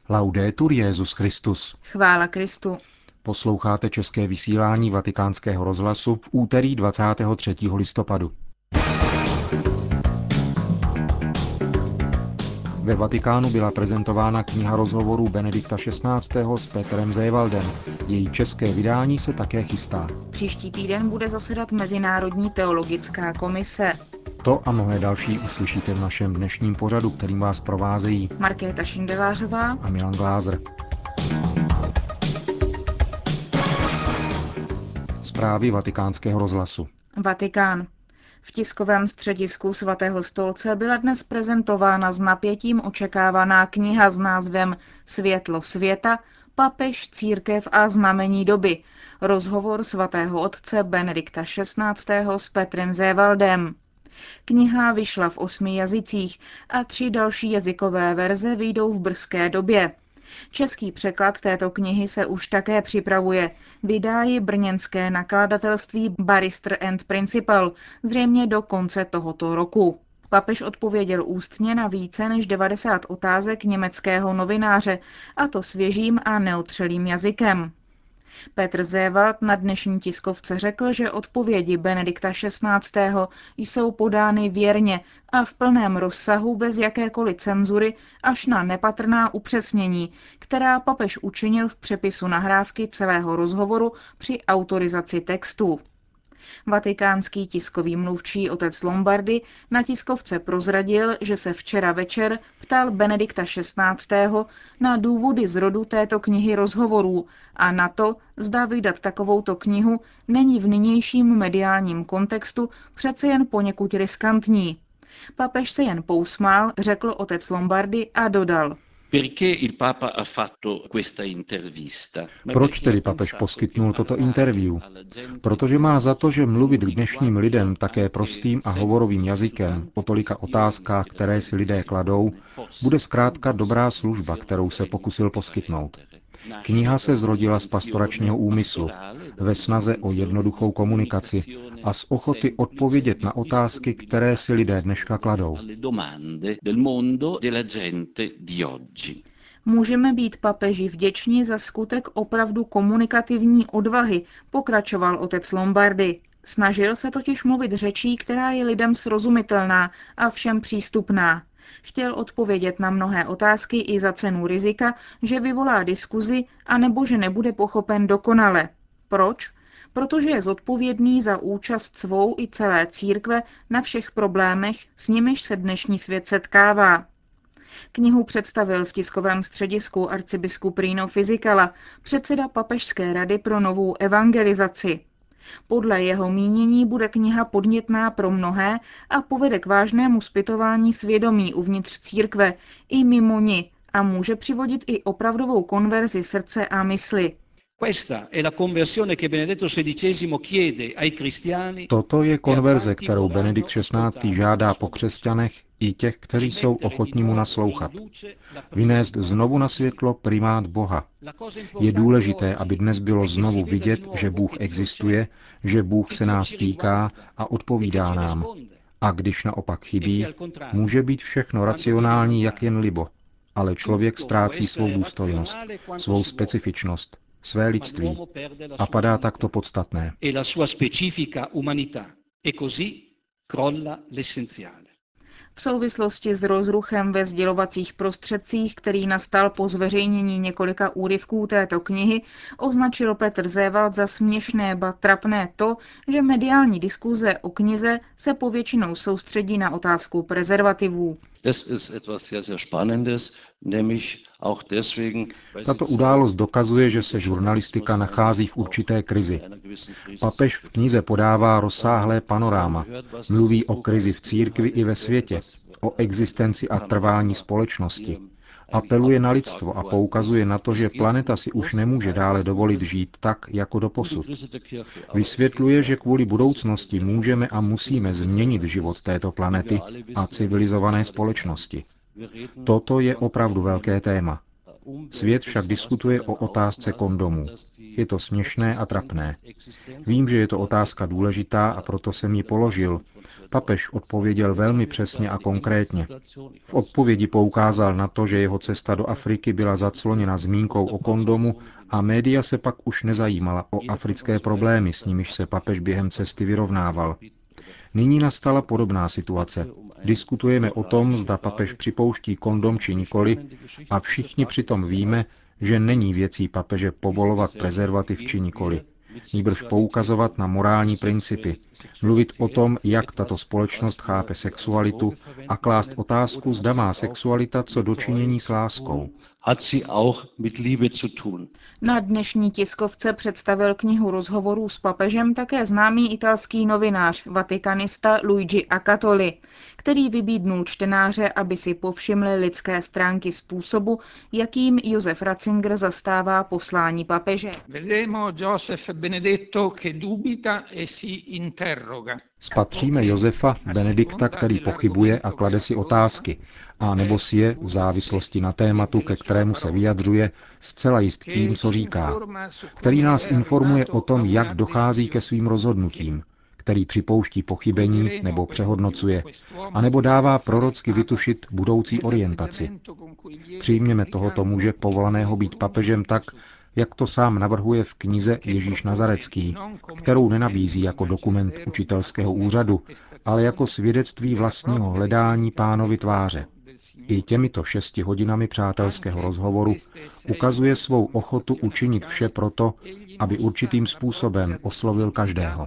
Laudetur Jesus Christus. Chvála Kristu. Posloucháte české vysílání Vatikánského rozhlasu v úterý 23. listopadu. Ve Vatikánu byla prezentována kniha rozhovorů Benedikta XVI. S Petrem Zévaldem. Její české vydání se také chystá. Příští týden bude zasedat Mezinárodní teologická komise. To a mnohé další uslyšíte v našem dnešním pořadu, kterým vás provázejí Markéta Šindelářová a Milan Glázer. Zprávy Vatikánského rozhlasu. Vatikán. V tiskovém středisku Svatého stolce byla dnes prezentována s napětím očekávaná kniha s názvem Světlo světa, papež, církev a znamení doby. Rozhovor svatého otce Benedikta XVI. S Petrem Zévaldem. Kniha vyšla v 8 jazycích a 3 další jazykové verze vyjdou v brzké době. Český překlad této knihy se už také připravuje. Vydá ji brněnské nakladatelství Barrister and Principal, zřejmě do konce tohoto roku. Papež odpověděl ústně na více než 90 otázek německého novináře, a to svěžím a neotřelým jazykem. Petr Zévald na dnešní tiskovce řekl, že odpovědi Benedikta XVI. Jsou podány věrně a v plném rozsahu bez jakékoliv cenzury až na nepatrná upřesnění, která papež učinil v přepisu nahrávky celého rozhovoru při autorizaci textu. Vatikánský tiskový mluvčí otec Lombardy na tiskovce prozradil, že se včera večer ptal Benedikta XVI. Na důvody zrodu této knihy rozhovorů a na to, zda vydat takovouto knihu není v nynějším mediálním kontextu přece jen poněkud riskantní. Papež se jen pousmál, řekl otec Lombardy a dodal. Proč tedy papež poskytnul toto interview? Protože má za to, že mluvit k dnešním lidem také prostým a hovorovým jazykem o tolika otázkách, které si lidé kladou, bude zkrátka dobrá služba, kterou se pokusil poskytnout. Kniha se zrodila z pastoračního úmyslu, ve snaze o jednoduchou komunikaci a z ochoty odpovědět na otázky, které si lidé dneška kladou. Můžeme být papeži vděční za skutek opravdu komunikativní odvahy, pokračoval otec Lombardy. Snažil se totiž mluvit řečí, která je lidem srozumitelná a všem přístupná. Chtěl odpovědět na mnohé otázky i za cenu rizika, že vyvolá diskuzi anebo že nebude pochopen dokonale. Proč? Protože je zodpovědný za účast svou i celé církve na všech problémech, s nimiž se dnešní svět setkává. Knihu představil v tiskovém středisku arcibiskup Rino Fisichella, předseda Papežské rady pro novou evangelizaci. Podle jeho mínění bude kniha podnětná pro mnohé a povede k vážnému zpytování svědomí uvnitř církve i mimo ni a může přivodit i opravdovou konverzi srdce a mysli. Toto je konverze, kterou Benedikt XVI. Žádá po křesťanech i těch, kteří jsou ochotní mu naslouchat. Vynést znovu na světlo primát Boha. Je důležité, aby dnes bylo znovu vidět, že Bůh existuje, že Bůh se nás týká a odpovídá nám. A když naopak chybí, může být všechno racionální, jak jen libo. Ale člověk ztrácí svou důstojnost, svou specifičnost, své lidství a padá takto podstatné. V souvislosti s rozruchem ve sdělovacích prostředcích, který nastal po zveřejnění několika úryvků této knihy, označil Petr Zévald za směšné ba trapné to, že mediální diskuze o knize se povětšinou soustředí na otázku prezervativů. Tato událost dokazuje, že se žurnalistika nachází v určité krizi. Papež v knize podává rozsáhlé panoráma. Mluví o krizi v církvi i ve světě, o existenci a trvání společnosti. Apeluje na lidstvo a poukazuje na to, že planeta si už nemůže dále dovolit žít tak, jako doposud. Vysvětluje, že kvůli budoucnosti můžeme a musíme změnit život této planety a civilizované společnosti. Toto je opravdu velké téma. Svět však diskutuje o otázce kondomů. Je to směšné a trapné. Vím, že je to otázka důležitá a proto jsem ji položil. Papež odpověděl velmi přesně a konkrétně. V odpovědi poukázal na to, že jeho cesta do Afriky byla zacloněna zmínkou o kondomu a média se pak už nezajímala o africké problémy, s nimiž se papež během cesty vyrovnával. Nyní nastala podobná situace. Diskutujeme o tom, zda papež připouští kondom či nikoli, a všichni přitom víme, že není věcí papeže povolovat prezervativ či nikoli. Nýbrž poukazovat na morální principy, mluvit o tom, jak tato společnost chápe sexualitu a klást otázku, zda má sexualita co dočinění s láskou. Na dnešní tiskovce představil knihu rozhovorů s papežem také známý italský novinář, vatikanista Luigi Acatoli, který vybídnul čtenáře, aby si povšimli lidské stránky způsobu, jakým Josef Ratzinger zastává poslání papeže. Spatříme Josefa Benedikta, který pochybuje a klade si otázky, a nebo si je, v závislosti na tématu, ke kterému se vyjadřuje, zcela jist tím, co říká, který nás informuje o tom, jak dochází ke svým rozhodnutím, který připouští pochybení nebo přehodnocuje, anebo dává prorocky vytušit budoucí orientaci. Přijměme tohoto muže povolaného být papežem tak, jak to sám navrhuje v knize Ježíš Nazarecký, kterou nenabízí jako dokument učitelského úřadu, ale jako svědectví vlastního hledání Pánovy tváře. I těmito 6 hodinami přátelského rozhovoru ukazuje svou ochotu učinit vše proto, aby určitým způsobem oslovil každého.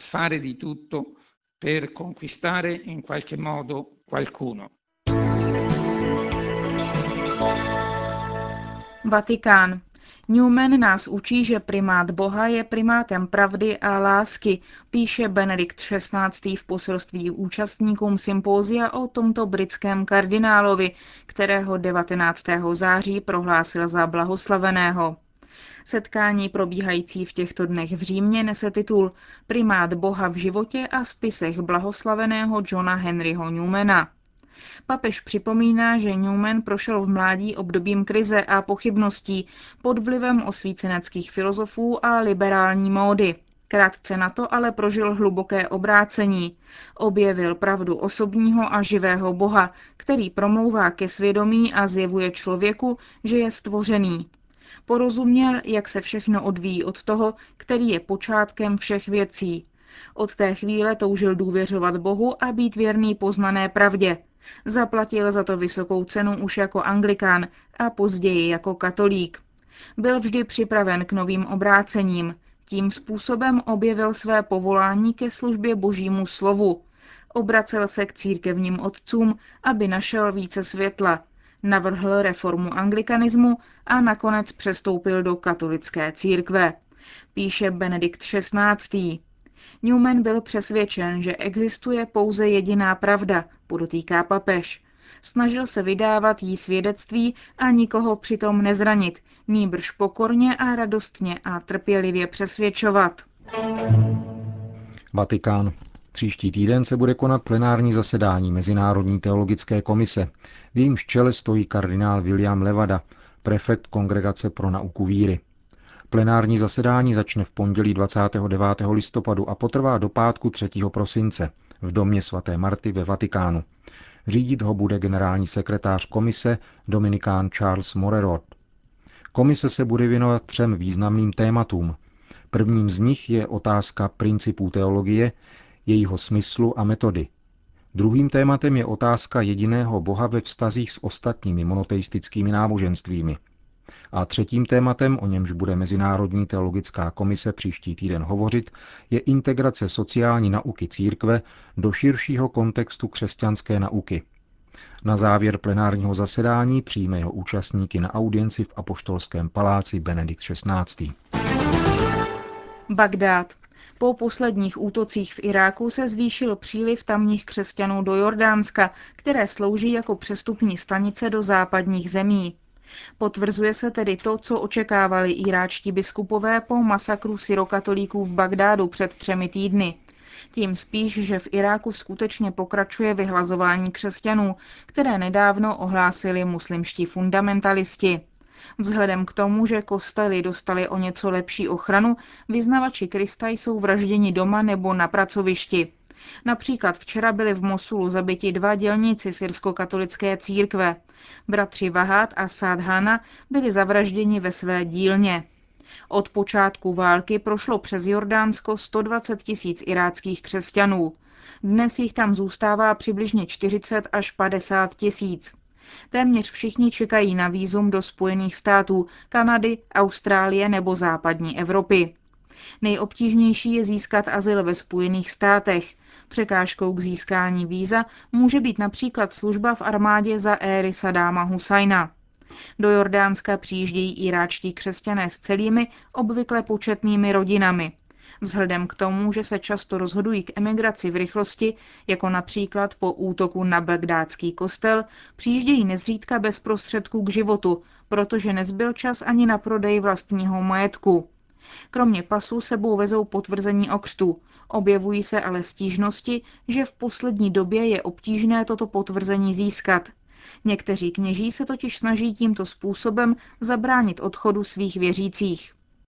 Vatikán. Newman nás učí, že primát Boha je primátem pravdy a lásky, píše Benedikt XVI. V poselství účastníkům sympózia o tomto britském kardinálovi, kterého 19. září prohlásil za blahoslaveného. Setkání probíhající v těchto dnech v Římě nese titul Primát Boha v životě a spisech blahoslaveného Johna Henryho Newmana. Papež připomíná, že Newman prošel v mládí obdobím krize a pochybností pod vlivem osvíceneckých filozofů a liberální módy. Krátce na to ale prožil hluboké obrácení. Objevil pravdu osobního a živého Boha, který promlouvá ke svědomí a zjevuje člověku, že je stvořený. Porozuměl, jak se všechno odvíjí od toho, který je počátkem všech věcí. Od té chvíle toužil důvěřovat Bohu a být věrný poznané pravdě. Zaplatil za to vysokou cenu už jako anglikán a později jako katolík. Byl vždy připraven k novým obrácením. Tím způsobem objevil své povolání ke službě Božímu slovu. Obracel se k církevním otcům, aby našel více světla. Navrhl reformu anglikanismu a nakonec přestoupil do katolické církve. Píše Benedikt XVI. Newman byl přesvědčen, že existuje pouze jediná pravda, podotýká papež. Snažil se vydávat jí svědectví a nikoho přitom nezranit, nýbrž pokorně a radostně a trpělivě přesvědčovat. Vatikán. Příští týden se bude konat plenární zasedání Mezinárodní teologické komise. V jejímž čele stojí kardinál William Levada, prefekt Kongregace pro nauku víry. Plenární zasedání začne v pondělí 29. listopadu a potrvá do pátku 3. prosince v domě svaté Marty ve Vatikánu. Řídit ho bude generální sekretář komise dominikán Charles Morerot. Komise se bude věnovat 3 významným tématům. Prvním z nich je otázka principů teologie, jejího smyslu a metody. Druhým tématem je otázka jediného Boha ve vztazích s ostatními monoteistickými náboženstvími. A třetím tématem, o němž bude Mezinárodní teologická komise příští týden hovořit, je integrace sociální nauky církve do širšího kontextu křesťanské nauky. Na závěr plenárního zasedání přijme jeho účastníky na audienci v Apoštolském paláci Benedikt XVI. Bagdád. Po posledních útocích v Iráku se zvýšil příliv tamních křesťanů do Jordánska, které slouží jako přestupní stanice do západních zemí. Potvrzuje se tedy to, co očekávali iráčtí biskupové po masakru syrokatolíků v Bagdádu před 3 týdny. Tím spíš, že v Iráku skutečně pokračuje vyhlazování křesťanů, které nedávno ohlásili muslimští fundamentalisti. Vzhledem k tomu, že kostely dostaly o něco lepší ochranu, vyznavači Krista jsou vražděni doma nebo na pracovišti. Například včera byli v Mosulu zabiti 2 dělníci syrsko-katolické církve. Bratři Vahát a Sadhana byli zavražděni ve své dílně. Od počátku války prošlo přes Jordánsko 120 000 iráckých křesťanů. Dnes jich tam zůstává přibližně 40 až 50 000. Téměř všichni čekají na vízum do Spojených států, Kanady, Austrálie nebo západní Evropy. Nejobtížnější je získat azyl ve Spojených státech. Překážkou k získání víza může být například služba v armádě za éry Saddáma Husajna. Do Jordánska přijíždějí iráčtí křesťané s celými, obvykle početnými rodinami. Vzhledem k tomu, že se často rozhodují k emigraci v rychlosti, jako například po útoku na bagdátský kostel, přijíždějí nezřídka bez prostředků k životu, protože nezbyl čas ani na prodej vlastního majetku. Kromě pasů sebou vezou potvrzení o křtu. Objevují se ale stížnosti, že v poslední době je obtížné toto potvrzení získat. Někteří kněží se totiž snaží tímto způsobem zabránit odchodu svých věřících.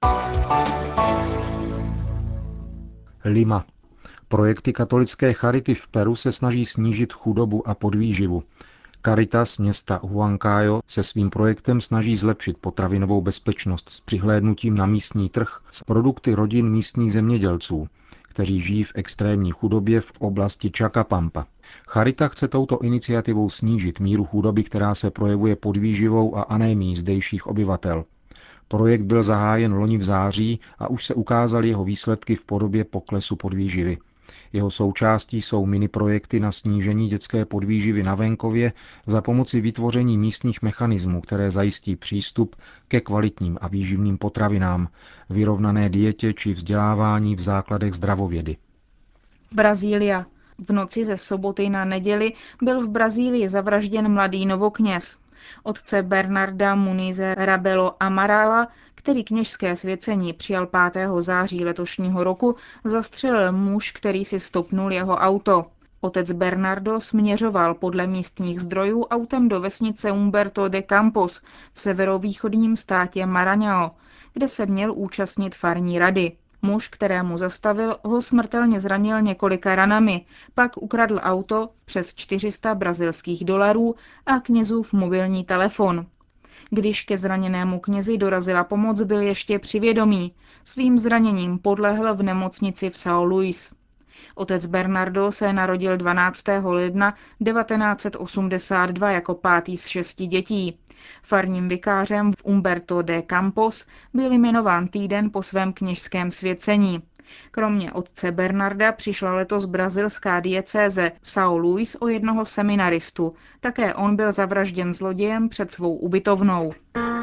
Lima. Projekty katolické charity v Peru se snaží snížit chudobu a podvýživu. Caritas města Huancayo se svým projektem snaží zlepšit potravinovou bezpečnost s přihlédnutím na místní trh s produkty rodin místních zemědělců, kteří žijí v extrémní chudobě v oblasti Chacapampa. Charita chce touto iniciativou snížit míru chudoby, která se projevuje podvýživou a anémií zdejších obyvatel. Projekt byl zahájen loni v září a už se ukázaly jeho výsledky v podobě poklesu podvýživy. Jeho součástí jsou miniprojekty na snížení dětské podvýživy na venkově za pomoci vytvoření místních mechanismů, které zajistí přístup ke kvalitním a výživným potravinám, vyrovnané dietě či vzdělávání v základech zdravovědy. Brazília. V noci ze soboty na neděli byl v Brazílii zavražděn mladý novokněz. Otce Bernarda Munize Rabelo Amarala, který kněžské svěcení přijal 5. září letošního roku, zastřelil muž, který si stopnul jeho auto. Otec Bernardo směřoval podle místních zdrojů autem do vesnice Humberto de Campos v severovýchodním státě Maranhão, kde se měl účastnit farní rady. Muž, kterému zastavil, ho smrtelně zranil několika ranami, pak ukradl auto přes $400 a knězův mobilní telefon. Když ke zraněnému knězi dorazila pomoc, byl ještě při vědomí. Svým zraněním podlehl v nemocnici v São Luís. Otec Bernardo se narodil 12. ledna 1982 jako 5. z 6 dětí. Farním vikářem v Humberto de Campos byl jmenován týden po svém kněžském svěcení. Kromě otce Bernarda přišla letos brazilská diecéze São Luís o jednoho seminaristu. Také on byl zavražděn zlodějem před svou ubytovnou.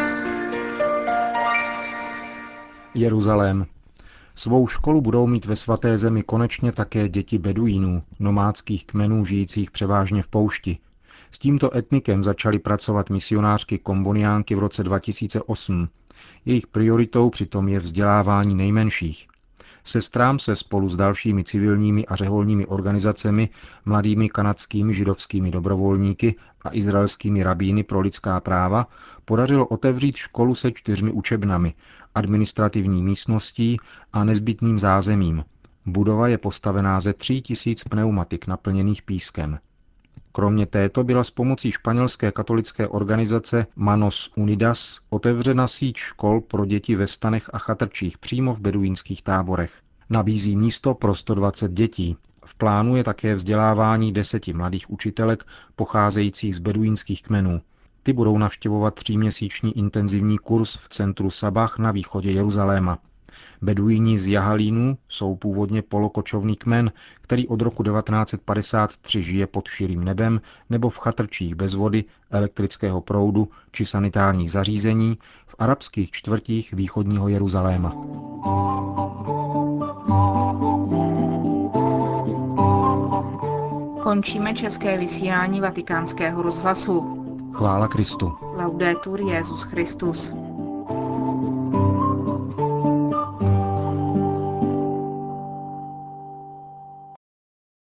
Jeruzalém. Svou školu budou mít ve Svaté zemi konečně také děti beduínů, nomádských kmenů žijících převážně v poušti. S tímto etnikem začaly pracovat misionářky komboniánky v roce 2008. Jejich prioritou přitom je vzdělávání nejmenších. Sestrám se spolu s dalšími civilními a řeholními organizacemi, mladými kanadskými židovskými dobrovolníky a izraelskými rabíny pro lidská práva podařilo otevřít školu se 4 učebnami, administrativní místností a nezbytným zázemím. Budova je postavená ze 3000 pneumatik naplněných pískem. Kromě této byla s pomocí španělské katolické organizace Manos Unidas otevřena síť škol pro děti ve stanech a chatrčích přímo v beduínských táborech. Nabízí místo pro 120 dětí. V plánu je také vzdělávání 10 mladých učitelek pocházejících z beduínských kmenů. Ty budou navštěvovat 3měsíční intenzivní kurz v centru Sabach na východě Jeruzaléma. Beduíni z Jahalínu jsou původně polokočovný kmen, který od roku 1953 žije pod širým nebem nebo v chatrčích bez vody, elektrického proudu či sanitárních zařízení v arabských čtvrtích východního Jeruzaléma. Končíme české vysílání Vatikánského rozhlasu. Chvála Kristu. Laudetur Jesus Christus.